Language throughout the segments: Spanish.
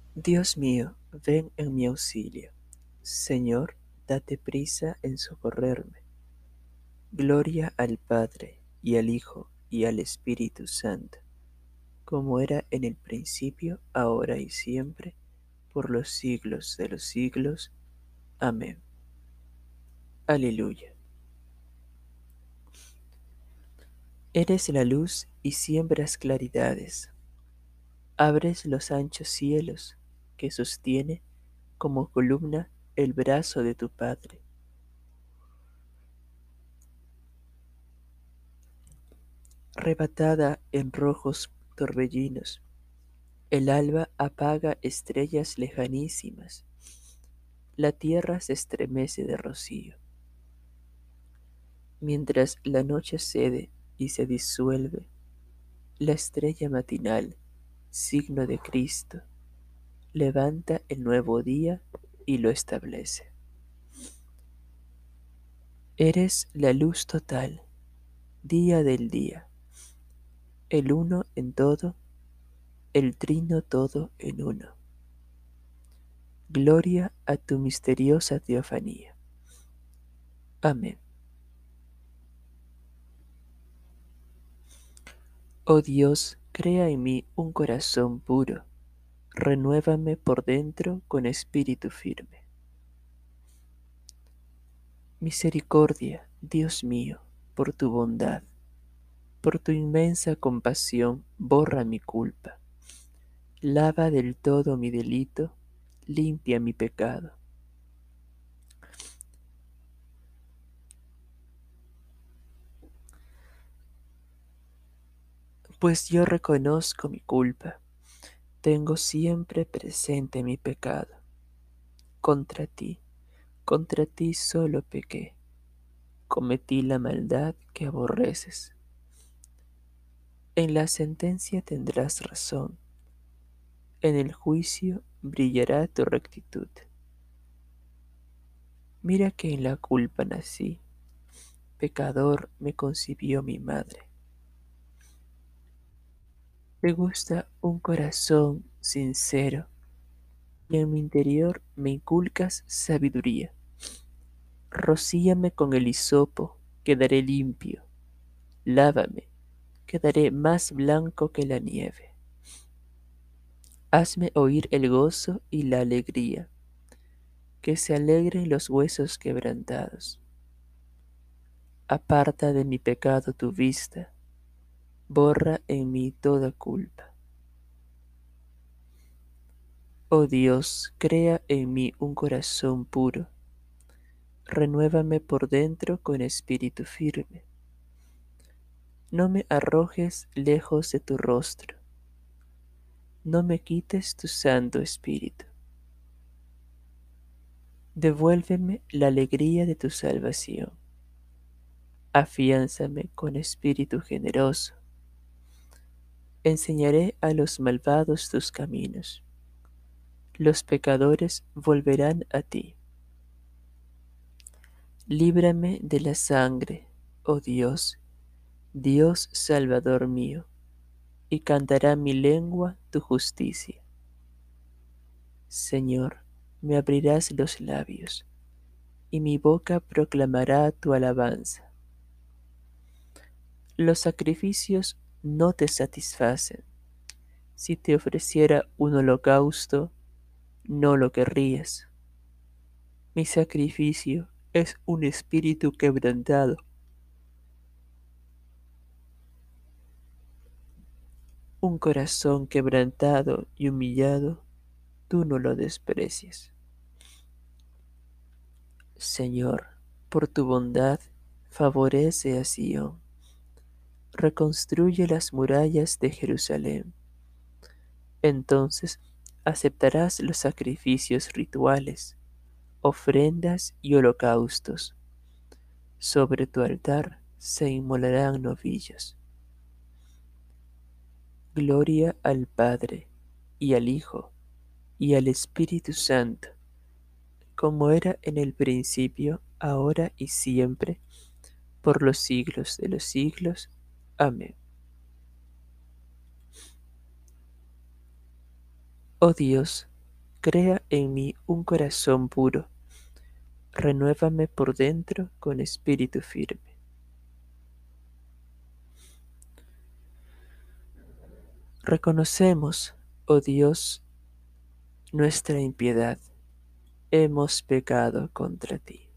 Dios mío, ven en mi auxilio. Señor, date prisa en socorrerme. Gloria al Padre, y al Hijo, y al Espíritu Santo, como era en el principio, ahora y siempre, por los siglos de los siglos. Amén. Aleluya. Eres la luz y siembras claridades. Abres los anchos cielos que sostiene como columna el brazo de tu Padre. Arrebatada en rojos torbellinos, el alba apaga estrellas lejanísimas. La tierra se estremece de rocío. Mientras la noche cede y se disuelve, la estrella matinal, signo de Cristo, levanta el nuevo día y lo establece. Eres la luz total, día del día, el uno en todo, el trino todo en uno. Gloria a tu misteriosa teofanía. Amén. Oh Dios, crea en mí un corazón puro, renuévame por dentro con espíritu firme. Misericordia, Dios mío, por tu bondad, por tu inmensa compasión, borra mi culpa. Lava del todo mi delito, limpia mi pecado. Pues yo reconozco mi culpa, tengo siempre presente mi pecado. Contra ti solo pequé, cometí la maldad que aborreces. En la sentencia tendrás razón, en el juicio brillará tu rectitud. Mira que en la culpa nací, pecador me concibió mi madre. Me gusta un corazón sincero y en mi interior me inculcas sabiduría. Rocíame con el hisopo, quedaré limpio. Lávame, quedaré más blanco que la nieve. Hazme oír el gozo y la alegría, que se alegren los huesos quebrantados. Aparta de mi pecado tu vista, borra en mí toda culpa. Oh Dios, crea en mí un corazón puro, renuévame por dentro con espíritu firme. No me arrojes lejos de tu rostro, no me quites tu santo espíritu. Devuélveme la alegría de tu salvación. Afiánzame con espíritu generoso. Enseñaré a los malvados tus caminos. Los pecadores volverán a ti. Líbrame de la sangre, oh Dios, Dios Salvador mío, y cantará mi lengua tu justicia. Señor, me abrirás los labios, y mi boca proclamará tu alabanza. Los sacrificios no te satisfacen. Si te ofreciera un holocausto, no lo querrías. Mi sacrificio es un espíritu quebrantado. Un corazón quebrantado y humillado, tú no lo desprecias. Señor, por tu bondad, favorece a Sión. Reconstruye las murallas de Jerusalén. Entonces aceptarás los sacrificios rituales, ofrendas y holocaustos. Sobre tu altar se inmolarán novillos. Gloria al Padre, y al Hijo, y al Espíritu Santo, como era en el principio, ahora y siempre, por los siglos de los siglos. Amén. Oh Dios, Crea en mí un corazón puro, renuévame por dentro con espíritu firme. Reconocemos, oh Dios, nuestra impiedad, hemos pecado contra ti.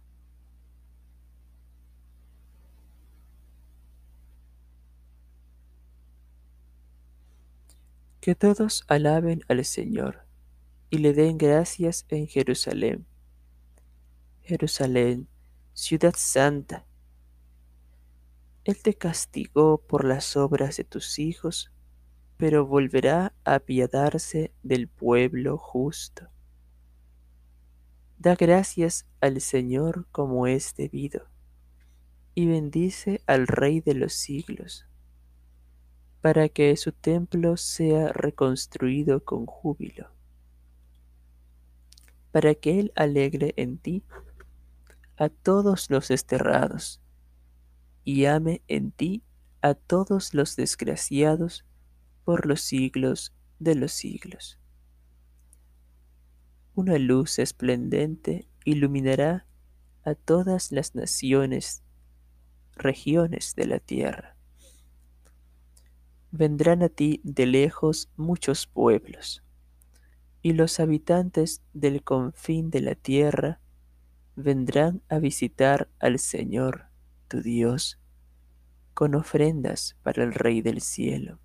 Que todos alaben al Señor y le den gracias en Jerusalén. Jerusalén, ciudad santa, Él te castigó por las obras de tus hijos, pero volverá a apiadarse del pueblo justo. Da gracias al Señor como es debido, y bendice al Rey de los siglos, para que su templo sea reconstruido con júbilo, para que Él alegre en ti a todos los desterrados, y ame en ti a todos los desgraciados por los siglos de los siglos. Una luz esplendente iluminará a todas las naciones, regiones de la tierra. Vendrán a ti de lejos muchos pueblos, y los habitantes del confín de la tierra vendrán a visitar al Señor, tu Dios, con ofrendas para el Rey del cielo.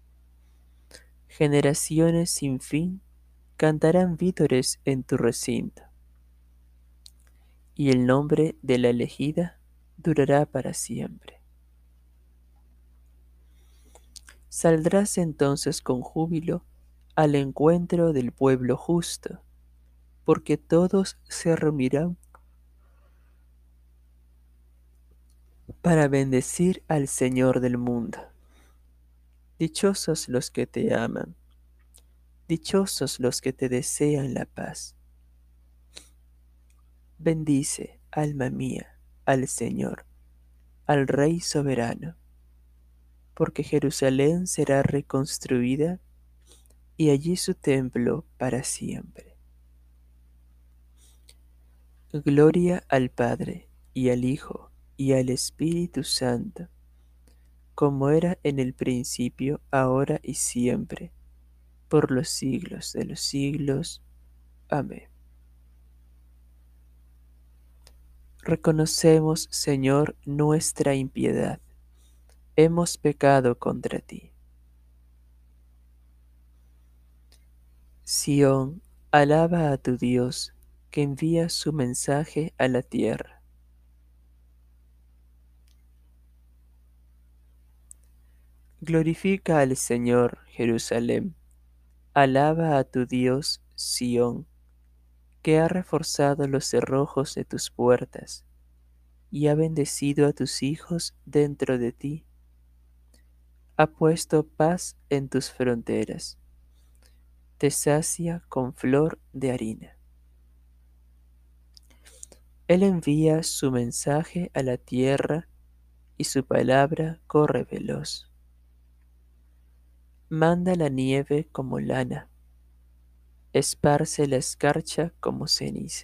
Generaciones sin fin cantarán vítores en tu recinto, y el nombre de la elegida durará para siempre. Saldrás entonces con júbilo al encuentro del pueblo justo, porque todos se reunirán para bendecir al Señor del mundo. Dichosos los que te aman, dichosos los que te desean la paz. Bendice, alma mía, al Señor, al Rey soberano, porque Jerusalén será reconstruida y allí su templo para siempre. Gloria al Padre, y al Hijo, y al Espíritu Santo, como era en el principio, ahora y siempre, por los siglos de los siglos. Amén. Reconocemos, Señor, nuestra impiedad. Hemos pecado contra ti. Sión, alaba a tu Dios, que envía su mensaje a la tierra. Glorifica al Señor, Jerusalén. Alaba a tu Dios, Sión, que ha reforzado los cerrojos de tus puertas y ha bendecido a tus hijos dentro de ti. Ha puesto paz en tus fronteras. Te sacia con flor de harina. Él envía su mensaje a la tierra y su palabra corre veloz. Manda la nieve como lana, esparce la escarcha como ceniza.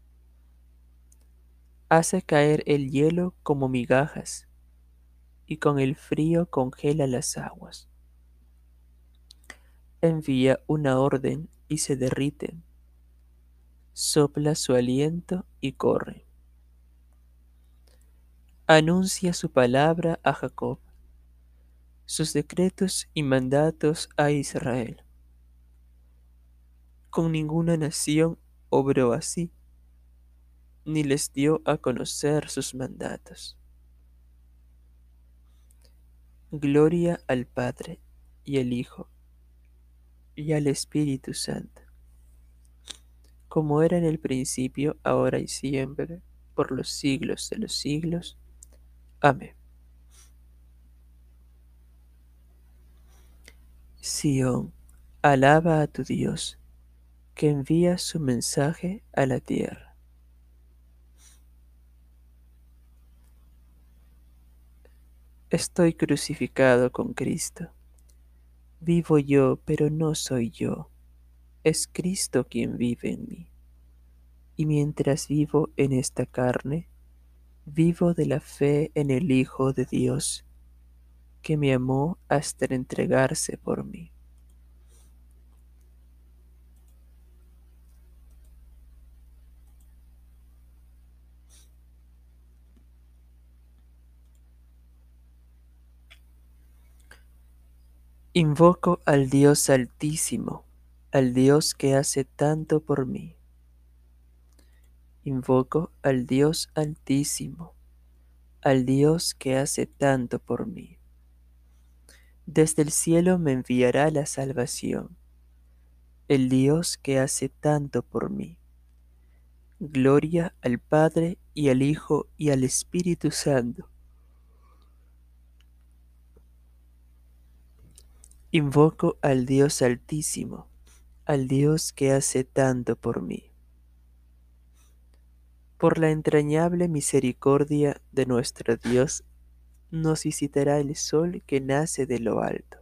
Hace caer el hielo como migajas, y con el frío congela las aguas. Envía una orden y se derriten, sopla su aliento y corre. Anuncia su palabra a Jacob, sus decretos y mandatos a Israel. Con ninguna nación obró así, ni les dio a conocer sus mandatos. Gloria al Padre, y al Hijo, y al Espíritu Santo, como era en el principio, ahora y siempre, por los siglos de los siglos. Amén. Sión, alaba a tu Dios, que envía su mensaje a la tierra. Estoy crucificado con Cristo. Vivo yo, pero no soy yo. Es Cristo quien vive en mí, y mientras vivo en esta carne, vivo de la fe en el Hijo de Dios, que me amó hasta entregarse por mí. Invoco al Dios Altísimo, al Dios que hace tanto por mí. Invoco al Dios Altísimo, al Dios que hace tanto por mí. Desde el cielo me enviará la salvación, el Dios que hace tanto por mí. Gloria al Padre y al Hijo y al Espíritu Santo. Invoco al Dios Altísimo, al Dios que hace tanto por mí. Por la entrañable misericordia de nuestro Dios, nos visitará el sol que nace de lo alto.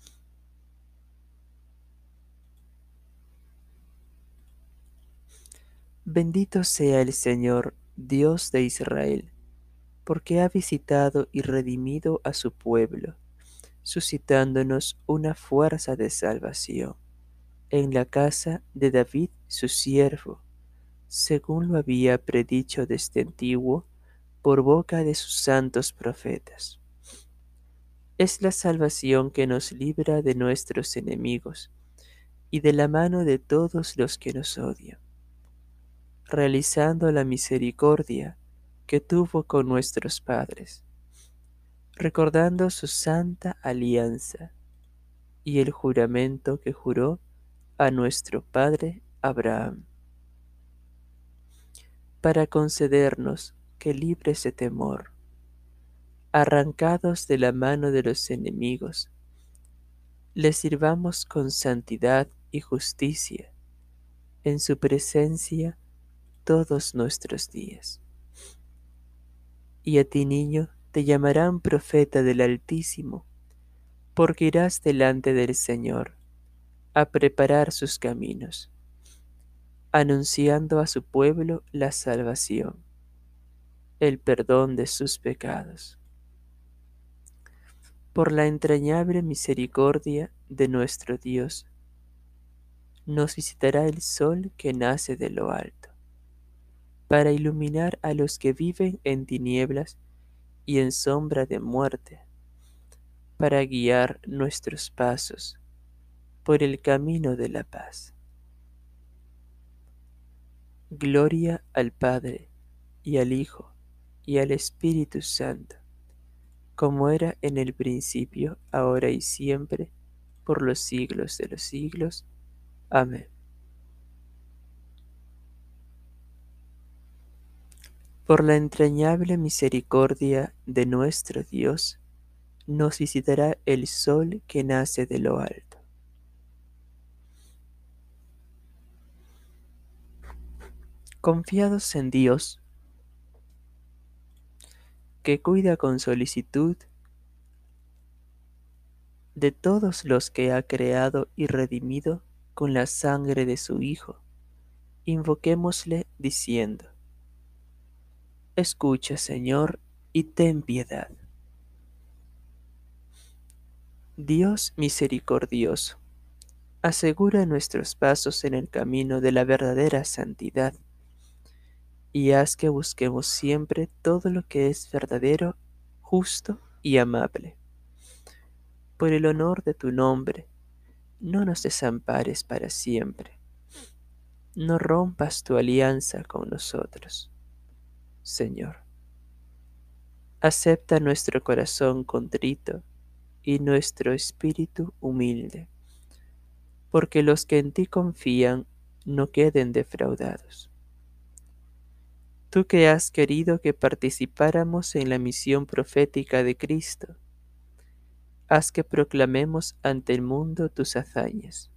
Bendito sea el Señor, Dios de Israel, porque ha visitado y redimido a su pueblo, suscitándonos una fuerza de salvación en la casa de David su siervo, según lo había predicho desde antiguo por boca de sus santos profetas. Es la salvación que nos libra de nuestros enemigos y de la mano de todos los que nos odian, realizando la misericordia que tuvo con nuestros padres, recordando su santa alianza y el juramento que juró a nuestro padre Abraham, para concedernos que libres de temor, arrancados de la mano de los enemigos, le sirvamos con santidad y justicia en su presencia todos nuestros días. Y a ti, niño, te llamarán profeta del Altísimo, porque irás delante del Señor a preparar sus caminos, anunciando a su pueblo la salvación, el perdón de sus pecados. Por la entrañable misericordia de nuestro Dios, nos visitará el sol que nace de lo alto, para iluminar a los que viven en tinieblas y en sombra de muerte, para guiar nuestros pasos por el camino de la paz. Gloria al Padre, y al Hijo, y al Espíritu Santo, como era en el principio, ahora y siempre, por los siglos de los siglos. Amén. Por la entrañable misericordia de nuestro Dios, nos visitará el sol que nace de lo alto. Confiados en Dios, que cuida con solicitud de todos los que ha creado y redimido con la sangre de su Hijo, invoquémosle diciendo: Escucha, Señor, y ten piedad. Dios misericordioso, asegura nuestros pasos en el camino de la verdadera santidad, y haz que busquemos siempre todo lo que es verdadero, justo y amable. Por el honor de tu nombre, no nos desampares para siempre. No rompas tu alianza con nosotros, Señor. Acepta nuestro corazón contrito y nuestro espíritu humilde, porque los que en ti confían no queden defraudados. Tú que has querido que participáramos en la misión profética de Cristo, haz que proclamemos ante el mundo tus hazañas.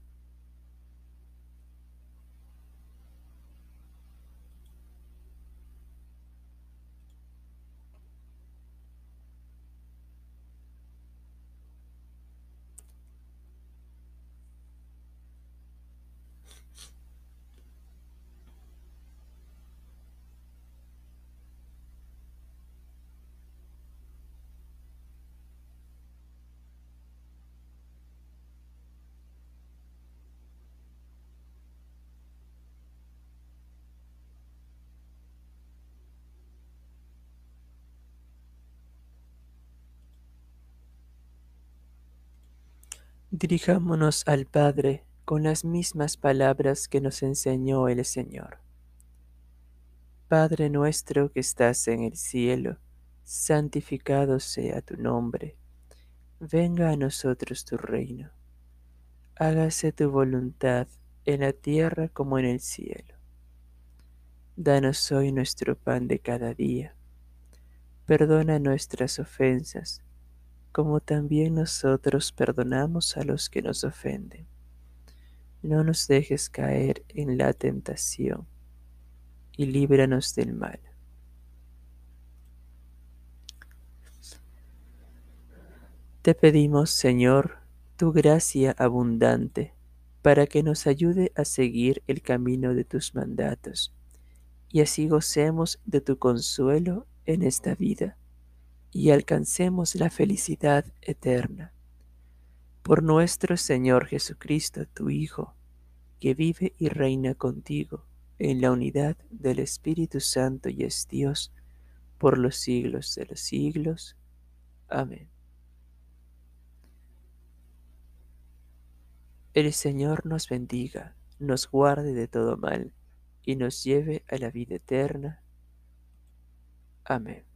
Dirijámonos al Padre con las mismas palabras que nos enseñó el Señor. Padre nuestro que estás en el cielo, santificado sea tu nombre. Venga a nosotros tu reino. Hágase tu voluntad en la tierra como en el cielo. Danos hoy nuestro pan de cada día. Perdona nuestras ofensas, como también nosotros perdonamos a los que nos ofenden. No nos dejes caer en la tentación, y líbranos del mal. Te pedimos, Señor, tu gracia abundante, para que nos ayude a seguir el camino de tus mandatos, y así gocemos de tu consuelo en esta vida, y alcancemos la felicidad eterna. Por nuestro Señor Jesucristo, tu Hijo, que vive y reina contigo en la unidad del Espíritu Santo y es Dios por los siglos de los siglos. Amén. El Señor nos bendiga, nos guarde de todo mal y nos lleve a la vida eterna. Amén.